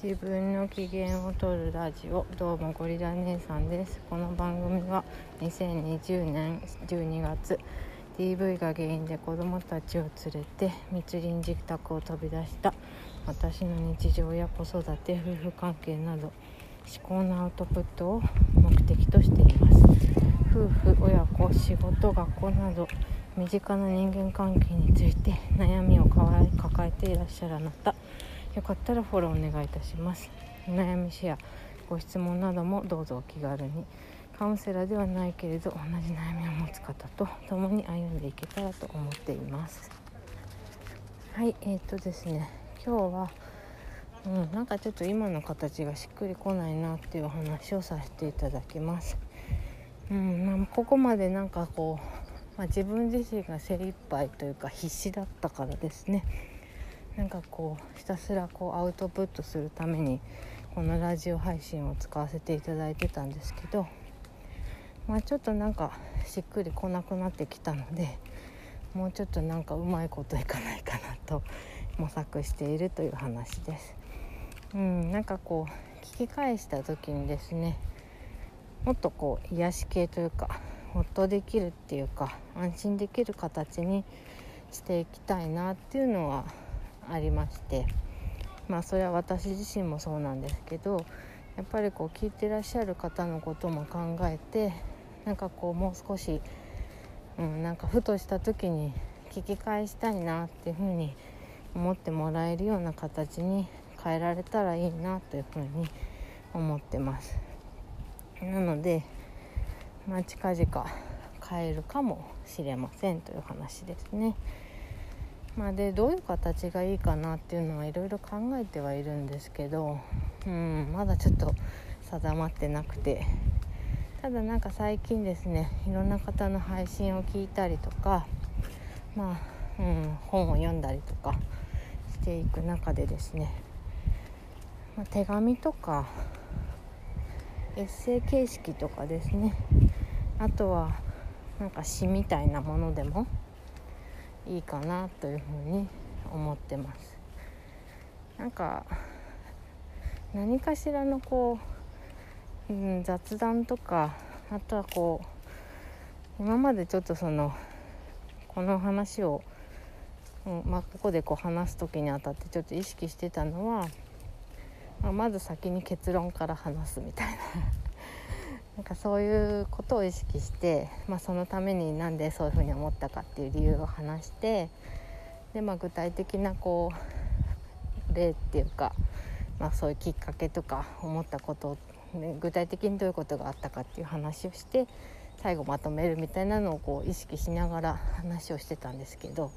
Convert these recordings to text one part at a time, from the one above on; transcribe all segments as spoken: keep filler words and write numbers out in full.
自分の機嫌を取るラジオ。どうもゴリラ姉さんです。この番組はにせんにじゅうねんじゅうにがつ ディーブイ が原因で子どもたちを連れて密林自宅を飛び出した私の日常や子育て、夫婦関係など思考のアウトプットを目的としています。夫婦、親子、仕事、学校など身近な人間関係について悩みを抱えていらっしゃるあなた、よかったらフォローお願いいたします。お悩みシェア、ご質問などもどうぞお気軽に。カウンセラーではないけれど同じ悩みを持つ方と共に歩んでいけたらと思っています。はい、えーとですね今日は、うん、なんかちょっと今の形がしっくりこないなっていうお話をさせていただきます。うんまあ、ここまでなんかこう、まあ、自分自身が精一杯というか必死だったからですね、なんかこうひたすらこうアウトプットするためにこのラジオ配信を使わせていただいてたんですけど、まあちょっとなんかしっくりこなくなってきたので、もうちょっとなんかうまいこといかないかなと模索しているという話です。うん、なんかこう聞き返した時にですね、もっとこう癒し系というかほっとできるっていうか安心できる形にしていきたいなっていうのはありまして、まあそれは私自身もそうなんですけど、やっぱりこう聞いてらっしゃる方のことも考えて、なんかこうもう少し、うん、なんかふとした時に聞き返したいなっていうふうに思ってもらえるような形に変えられたらいいなというふうに思ってます。なので、まあ、近々変えるかもしれませんという話ですね。まあ、でどういう形がいいかなっていうのはいろいろ考えてはいるんですけど、うん、まだちょっと定まってなくて、ただなんか最近ですね、いろんな方の配信を聞いたりとか、まあ、うん、本を読んだりとかしていく中でですね、まあ、手紙とかエッセイ形式とかですね、あとはなんか詩みたいなものでもいいかなというふうに思ってます。なんか何かしらのこう、うん、雑談とか、あとはこう今までちょっとそのこの話を、うんまあ、ここでこう話す時にあたってちょっと意識してたのは、まあ、まず先に結論から話すみたいななんかそういうことを意識して、まあ、そのためになんでそういうふうに思ったかっていう理由を話して、で、まあ、具体的なこう例っていうか、まあ、そういうきっかけとか思ったことを、ね、具体的にどういうことがあったかっていう話をして最後まとめるみたいなのをこう意識しながら話をしてたんですけど、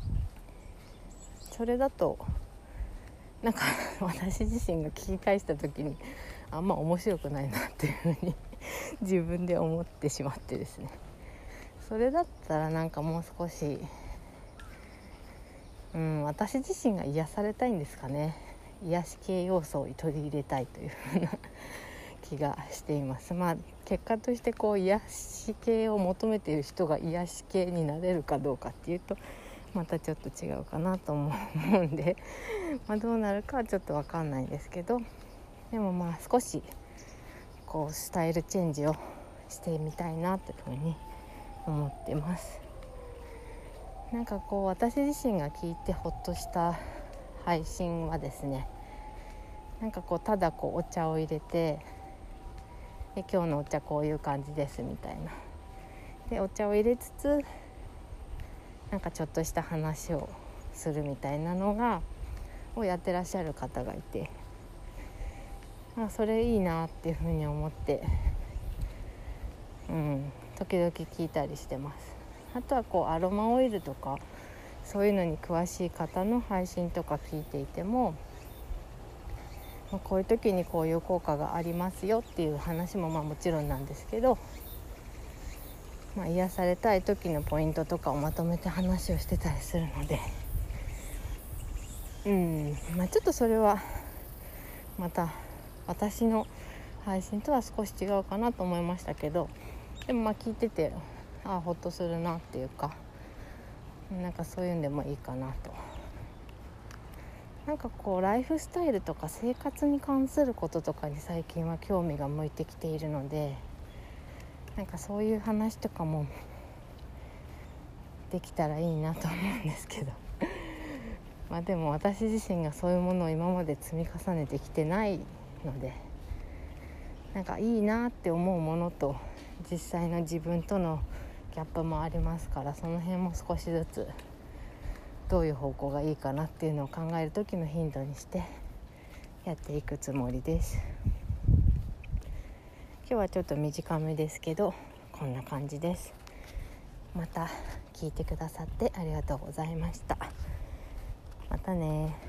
それだとなんか私自身が聞き返した時にあんま面白くないなっていうふうに自分で思ってしまってですね、それだったらなんかもう少し、うん、私自身が癒されたいんですかね。癒し系要素を取り入れたいというふうな気がしています。まあ結果としてこう癒し系を求めている人が癒し系になれるかどうかっていうとまたちょっと違うかなと思うんでまあどうなるかはちょっと分かんないんですけど、でもまあ少しこうスタイルチェンジをしてみたいなというふうに思ってます。なんかこう私自身が聞いてほっとした配信はですね、なんかこうただこうお茶を入れて、で今日のお茶こういう感じですみたいな、でお茶を入れつつなんかちょっとした話をするみたいなのがをやってらっしゃる方がいて、まあ、それいいなっていうふうに思って、うん、時々聞いたりしてます。あとはこうアロマオイルとかそういうのに詳しい方の配信とか聞いていても、まあ、こういう時にこういう効果がありますよっていう話もまあもちろんなんですけど、まあ、癒されたい時のポイントとかをまとめて話をしてたりするので、うんまあ、ちょっとそれはまた私の配信とは少し違うかなと思いましたけど、でもまあ聞いててああほっとするなっていうか、なんかそういうんでもいいかなとなんかこうライフスタイルとか生活に関することとかに最近は興味が向いてきているので、なんかそういう話とかもできたらいいなと思うんですけどまあでも私自身がそういうものを今まで積み重ねてきてないので、なんかいいなって思うものと実際の自分とのギャップもありますから、その辺も少しずつどういう方向がいいかなっていうのを考える時の頻度にしてやっていくつもりです。今日はちょっと短めですけどこんな感じです。また聞いてくださってありがとうございました。またね。